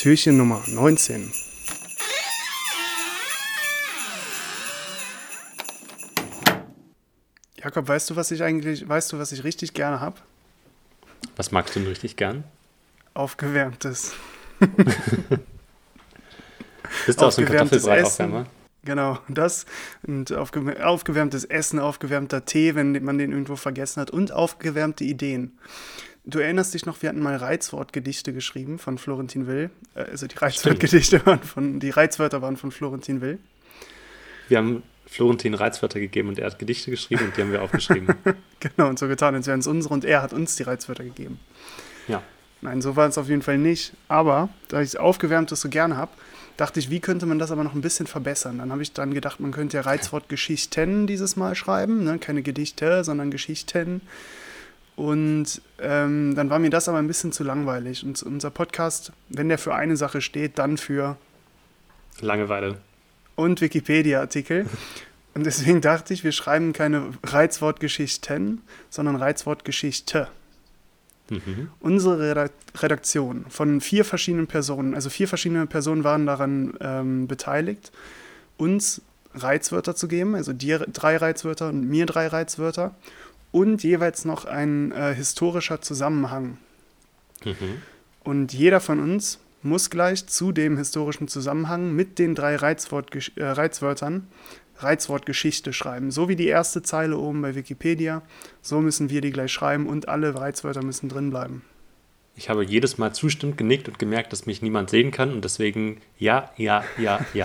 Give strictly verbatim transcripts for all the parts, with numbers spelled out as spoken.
Türchen Nummer neunzehn. Jakob, weißt du, was ich eigentlich, weißt du, was ich richtig gerne habe? Was magst du denn richtig gern? Aufgewärmtes. Bist du auch so ein Kartoffelbrei-Aufwärmer? Genau, das und aufge- aufgewärmtes Essen, aufgewärmter Tee, wenn man den irgendwo vergessen hat, und aufgewärmte Ideen. Du erinnerst dich noch, wir hatten mal Reizwortgedichte geschrieben von Florentin Will. Also die Reizwortgedichte waren von, die Reizwörter waren von Florentin Will. Wir haben Florentin Reizwörter gegeben und er hat Gedichte geschrieben und die haben wir aufgeschrieben. Genau, und so getan, als wären es unsere, und er hat uns die Reizwörter gegeben. Ja. Nein, so war es auf jeden Fall nicht. Aber, da ich Aufgewärmtes so gerne habe, dachte ich, wie könnte man das aber noch ein bisschen verbessern? Dann habe ich dann gedacht, man könnte ja Reizwortgeschichten dieses Mal schreiben, ne? Keine Gedichte, sondern Geschichten. Und ähm, dann war mir das aber ein bisschen zu langweilig. Und unser Podcast, wenn der für eine Sache steht, dann für Langeweile. Und Wikipedia-Artikel. Und deswegen dachte ich, wir schreiben keine Reizwortgeschichten, sondern Reizwortgeschichte. Mhm. Unsere Redak- Redaktion von vier verschiedenen Personen, also vier verschiedene Personen waren daran ähm, beteiligt, uns Reizwörter zu geben, also dir drei Reizwörter und mir drei Reizwörter und jeweils noch ein äh, historischer Zusammenhang. Mhm. Und jeder von uns muss gleich zu dem historischen Zusammenhang mit den drei Reizwortgesch- äh, Reizwörtern Reizwortgeschichte schreiben. So wie die erste Zeile oben bei Wikipedia, so müssen wir die gleich schreiben und alle Reizwörter müssen drin bleiben. Ich habe jedes Mal zustimmend genickt und gemerkt, dass mich niemand sehen kann und deswegen ja, ja, ja, ja.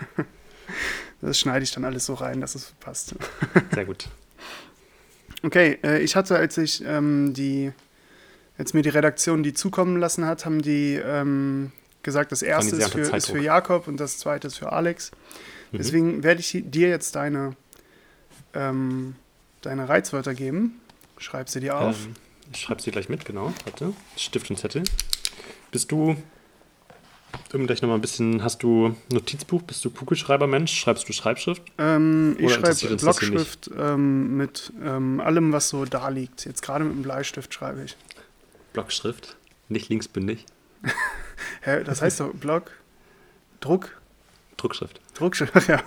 Das schneide ich dann alles so rein, dass es passt. Sehr gut. Okay, äh, ich hatte, als ich ähm, die, als mir die Redaktion die zukommen lassen hat, haben die ähm, gesagt, das erste ist für, ist für Jakob und das zweite ist für Alex. Mhm. Deswegen werde ich dir jetzt deine, ähm, deine Reizwörter geben. Schreib sie dir auf. Ähm, ich schreibe sie gleich mit, genau. Warte, Stift und Zettel. Bist du, um gleich nochmal ein bisschen, hast du Notizbuch? Bist du Kugelschreiber-Mensch? Schreibst du Schreibschrift? Ähm, ich schreibe Blockschrift ähm, mit ähm, allem, was so da liegt. Jetzt gerade mit dem Bleistift schreibe ich. Blockschrift? Nicht linksbündig? Hä, das heißt doch Block? Druck? Druckschrift. Druckschrift, ja.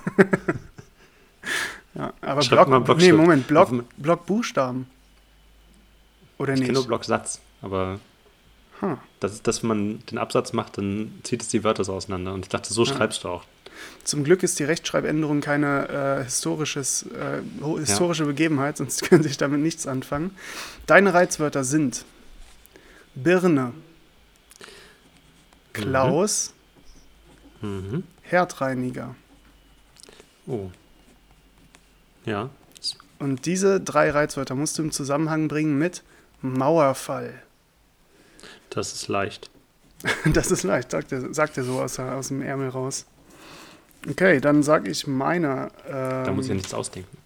Ja, aber Schreib mal Block, nee, Moment, Block, Blockbuchstaben. Oder ich nicht? Ich kenne nur Blocksatz, aber huh. das ist das, wenn man den Absatz macht, dann zieht es die Wörter so auseinander. Und ich dachte, so ja. schreibst du auch. Zum Glück ist die Rechtschreibänderung keine äh, historisches, äh, historische ja. Begebenheit, sonst könnte ich damit nichts anfangen. Deine Reizwörter sind Birne, Klaus, mhm. Herdreiniger. Oh. Ja. Und diese drei Reizwörter musst du im Zusammenhang bringen mit Mauerfall. Das ist leicht. Das ist leicht, sagt er, sagt er so aus, aus dem Ärmel raus. Okay, dann sage ich meine... Ähm, da muss ich ja nichts ausdenken.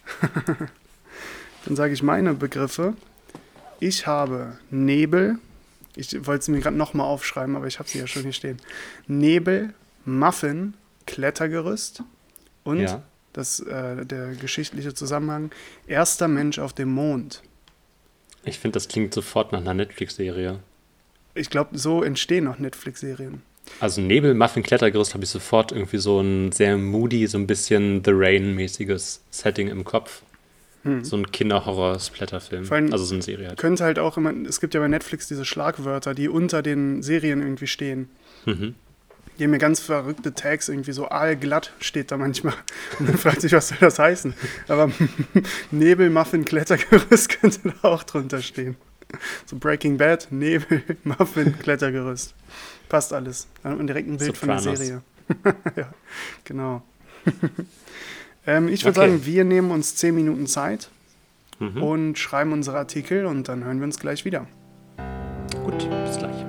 Dann sage ich meine Begriffe. Ich habe Nebel. Ich wollte sie mir gerade nochmal aufschreiben, aber ich habe sie ja schon hier stehen. Nebel, Muffin, Klettergerüst und ja. das, äh, der geschichtliche Zusammenhang, erster Mensch auf dem Mond. Ich finde, das klingt sofort nach einer Netflix-Serie. Ich glaube, so entstehen auch Netflix-Serien. Also Nebel, Muffin, Klettergerüst habe ich sofort irgendwie so ein sehr moody, so ein bisschen The Rain-mäßiges Setting im Kopf. Hm. So ein Kinderhorror-Splatter-Film. Also so eine Serie halt. Könnte halt auch immer, es gibt ja bei Netflix diese Schlagwörter, die unter den Serien irgendwie stehen. Mhm. Die haben mir ganz verrückte Tags, irgendwie so aalglatt steht da manchmal. Und man fragt sich, was soll das heißen? Aber Nebel, Muffin, Klettergerüst könnte da auch drunter stehen. So Breaking Bad, Nebel, Muffin, Klettergerüst. Passt alles. Dann hat man direkt ein Bild Sopranos. Von der Serie. Ja, genau. ähm, ich würde okay. sagen, wir nehmen uns zehn Minuten Zeit mhm. und schreiben unsere Artikel und dann hören wir uns gleich wieder. Gut, bis gleich.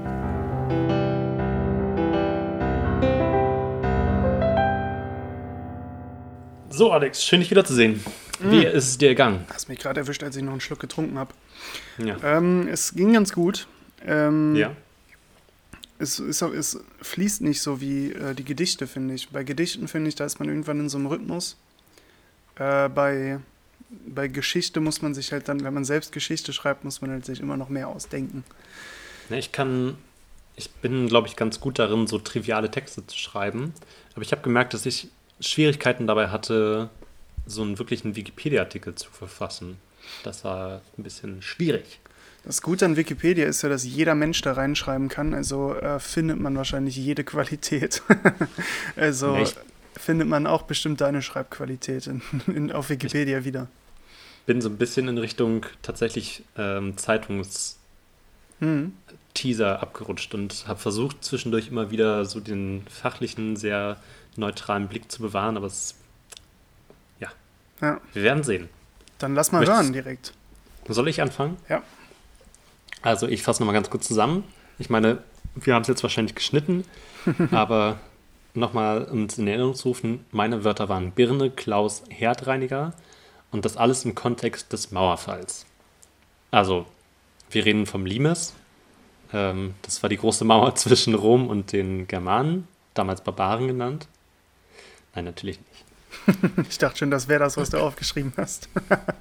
So, Alex, schön, dich wiederzusehen. Mm. Wie ist es dir gegangen? Hast mich gerade erwischt, als ich noch einen Schluck getrunken habe. Ja. Ähm, es ging ganz gut. Ähm, ja. Es, es, es fließt nicht so wie äh, die Gedichte, finde ich. Bei Gedichten, finde ich, da ist man irgendwann in so einem Rhythmus. Äh, bei, bei Geschichte muss man sich halt dann, wenn man selbst Geschichte schreibt, muss man halt sich immer noch mehr ausdenken. Ne, ich kann... ich bin, glaube ich, ganz gut darin, so triviale Texte zu schreiben. Aber ich habe gemerkt, dass ich Schwierigkeiten dabei hatte, so einen wirklichen Wikipedia-Artikel zu verfassen. Das war ein bisschen schwierig. Das Gute an Wikipedia ist ja, dass jeder Mensch da reinschreiben kann. Also äh, findet man wahrscheinlich jede Qualität. also Echt? findet man auch bestimmt deine Schreibqualität in, in, auf Wikipedia ich wieder. Bin so ein bisschen in Richtung tatsächlich ähm, Zeitungs- hm. Teaser abgerutscht und habe versucht, zwischendurch immer wieder so den fachlichen, sehr neutralen Blick zu bewahren, aber es, ja, ja. wir werden sehen. Dann lass mal Möchtest, hören direkt. Soll ich anfangen? Ja. Also ich fasse nochmal ganz kurz zusammen. Ich meine, wir haben es jetzt wahrscheinlich geschnitten, aber nochmal, um es in Erinnerung zu rufen, meine Wörter waren Birne, Klaus, Herdreiniger und das alles im Kontext des Mauerfalls. Also, wir reden vom Limes. Ähm, das war die große Mauer zwischen Rom und den Germanen, damals Barbaren genannt. Nein, natürlich nicht. Ich dachte schon, das wäre das, was du aufgeschrieben hast.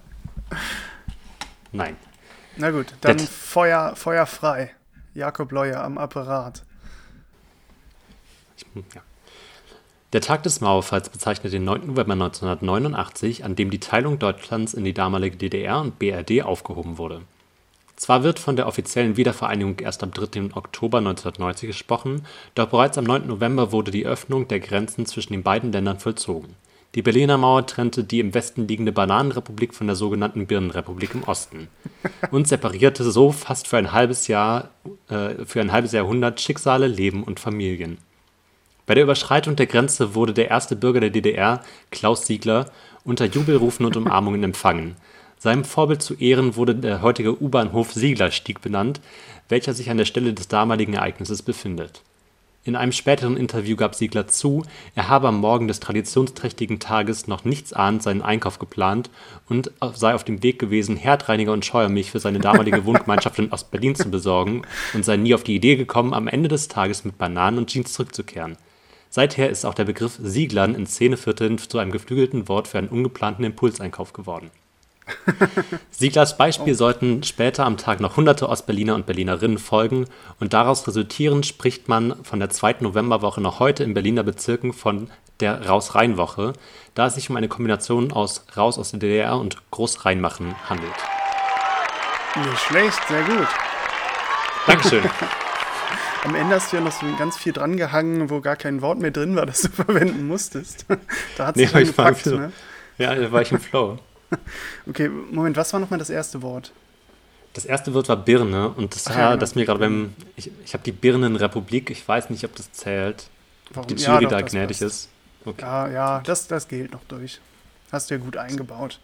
Nein. Na gut, dann Det- Feuer, Feuer frei. Jakob Leuer am Apparat. Ich, ja. Der Tag des Mauerfalls bezeichnet den neunten November neunzehnhundertneunundachtzig, an dem die Teilung Deutschlands in die damalige D D R und B R D aufgehoben wurde. Zwar wird von der offiziellen Wiedervereinigung erst am dritten Oktober neunzehnhundertneunzig gesprochen, doch bereits am neunten November wurde die Öffnung der Grenzen zwischen den beiden Ländern vollzogen. Die Berliner Mauer trennte die im Westen liegende Bananenrepublik von der sogenannten Birnenrepublik im Osten und separierte so fast für ein halbes Jahr, äh, für ein halbes Jahrhundert Schicksale, Leben und Familien. Bei der Überschreitung der Grenze wurde der erste Bürger der D D R, Klaus Siegler, unter Jubelrufen und Umarmungen empfangen. Seinem Vorbild zu Ehren wurde der heutige U-Bahnhof Sieglerstieg benannt, welcher sich an der Stelle des damaligen Ereignisses befindet. In einem späteren Interview gab Siegler zu, er habe am Morgen des traditionsträchtigen Tages noch nichts ahnend seinen Einkauf geplant und sei auf dem Weg gewesen, Herdreiniger und Scheuermilch für seine damalige Wohngemeinschaft in Ostberlin zu besorgen und sei nie auf die Idee gekommen, am Ende des Tages mit Bananen und Jeans zurückzukehren. Seither ist auch der Begriff Sieglern in Szenevierteln zu einem geflügelten Wort für einen ungeplanten Impulseinkauf geworden. Sieglers Beispiel oh. sollten später am Tag noch hunderte Ostberliner und Berlinerinnen folgen und daraus resultierend spricht man von der zweiten Novemberwoche noch heute in Berliner Bezirken von der Raus-Rhein-Woche, da es sich um eine Kombination aus Raus aus der D D R und Groß-Rheinmachen handelt. Nicht schlecht, sehr gut. Dankeschön. Am Ende hast du ja noch so ganz viel dran gehangen, wo gar kein Wort mehr drin war, das du verwenden musstest. Da hat es nee, sich gepackt, so, ne? Ja, da war ich im Flow. Okay, Moment, was war nochmal das erste Wort? Das erste Wort war Birne und das, Ach, ja, ja, genau. das mir gerade beim, ich, ich habe die Birnenrepublik, ich weiß nicht, ob das zählt, Warum? ob die Ja, Jury doch, da das gnädig passt. ist. Okay. Ja, ja, das, das geht noch durch. Hast du ja gut eingebaut.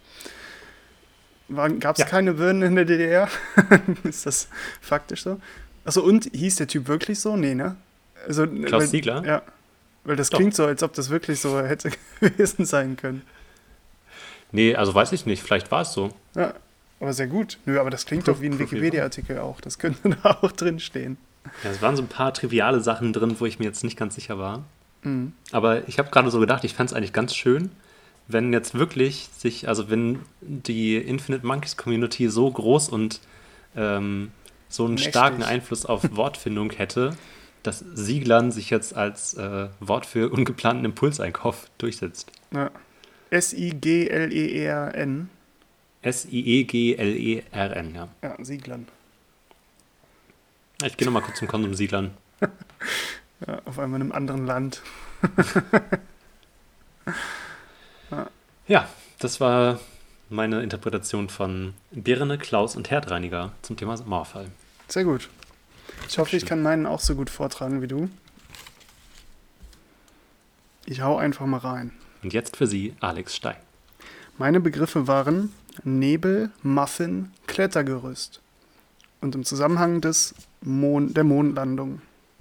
Gab es Ja. keine Birnen in der D D R? Ist das faktisch so? Achso, und hieß der Typ wirklich so? Nee, ne? Also, Klaus weil, Siegler? Ja, weil das Doch. klingt so, als ob das wirklich so hätte gewesen sein können. Nee, also weiß ich nicht, vielleicht war es so. Ja, aber sehr gut. Nö, aber das klingt Pro- doch wie ein Profil. Wikipedia-Artikel auch. Das könnte da auch drin stehen. Ja, es waren so ein paar triviale Sachen drin, wo ich mir jetzt nicht ganz sicher war. Mhm. Aber ich habe gerade so gedacht, ich fände es eigentlich ganz schön, wenn jetzt wirklich sich, also wenn die Infinite Monkeys Community so groß und ähm, so einen Mächtig. starken Einfluss auf Wortfindung hätte, dass Sieglern sich jetzt als äh, Wort für ungeplanten Impulseinkauf durchsetzt. Ja. S I G L E E R N. S I E G L E R N, ja. Ja, Sieglern. Ich gehe nochmal kurz zum Konsum Sieglern. Ja, auf einmal in einem anderen Land. Ja, das war meine Interpretation von Birne, Klaus und Herdreiniger zum Thema Mauerfall. Sehr gut. Ich hoffe, ich kann meinen auch so gut vortragen wie du. Ich hau einfach mal rein. Und jetzt für Sie Alex Stein. Meine Begriffe waren Nebel, Muffin, Klettergerüst. Und im Zusammenhang des Mond, der Mondlandung.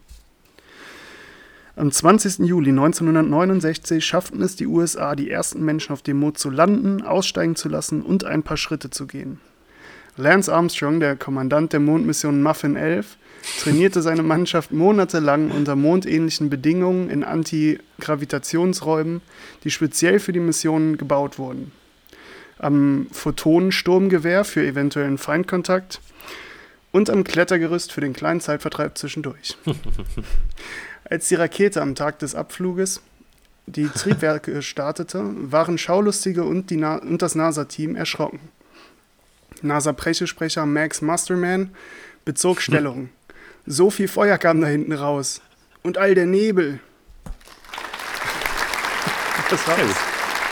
Am zwanzigsten Juli neunzehnhundertneunundsechzig schafften es die U S A, die ersten Menschen auf dem Mond zu landen, aussteigen zu lassen und ein paar Schritte zu gehen. Lance Armstrong, der Kommandant der Mondmission Muffin elf, trainierte seine Mannschaft monatelang unter mondähnlichen Bedingungen in Antigravitationsräumen, die speziell für die Mission gebaut wurden. Am Photonensturmgewehr für eventuellen Feindkontakt Und am Klettergerüst für den kleinen Zeitvertreib zwischendurch. Als die Rakete am Tag des Abfluges die Triebwerke startete, waren Schaulustige und, die Na- und das NASA-Team erschrocken. NASA-Pressesprecher Max Masterman bezog Stellung. So viel Feuer kam da hinten raus. Und all der Nebel. Das war's. Sehr gut.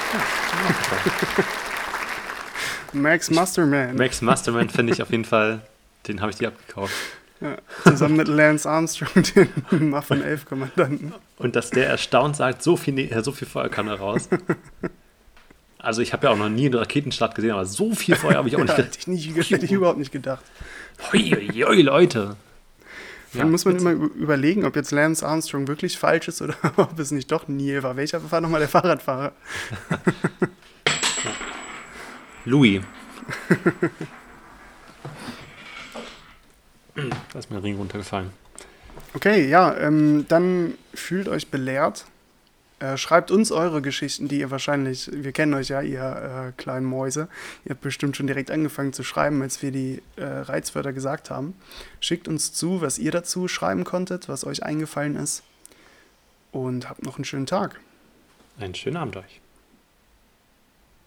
Max Masterman. Max Masterman finde ich auf jeden Fall, den habe ich dir abgekauft. Ja, zusammen mit Lance Armstrong, den Muffin elf Kommandanten. Und dass der erstaunt sagt, so viel, ne- so viel Feuer kam da raus. Also ich habe ja auch noch nie einen Raketenstart gesehen, aber so viel Feuer habe ich auch nicht Ja, hätte ich, nicht, hätte ich überhaupt nicht gedacht. Hui, hui, hui, Leute. Dann Ja, muss man witzig. immer überlegen, ob jetzt Lance Armstrong wirklich falsch ist oder ob es nicht doch Neil war. Welcher war nochmal der Fahrradfahrer? Louis. Da ist mein Ring runtergefallen. Okay, ja, ähm, dann fühlt euch belehrt. Äh, schreibt uns eure Geschichten, die ihr wahrscheinlich, wir kennen euch ja, ihr äh, kleinen Mäuse. Ihr habt bestimmt schon direkt angefangen zu schreiben, als wir die äh, Reizwörter gesagt haben. Schickt uns zu, was ihr dazu schreiben konntet, was euch eingefallen ist. Und habt noch einen schönen Tag. Einen schönen Abend euch.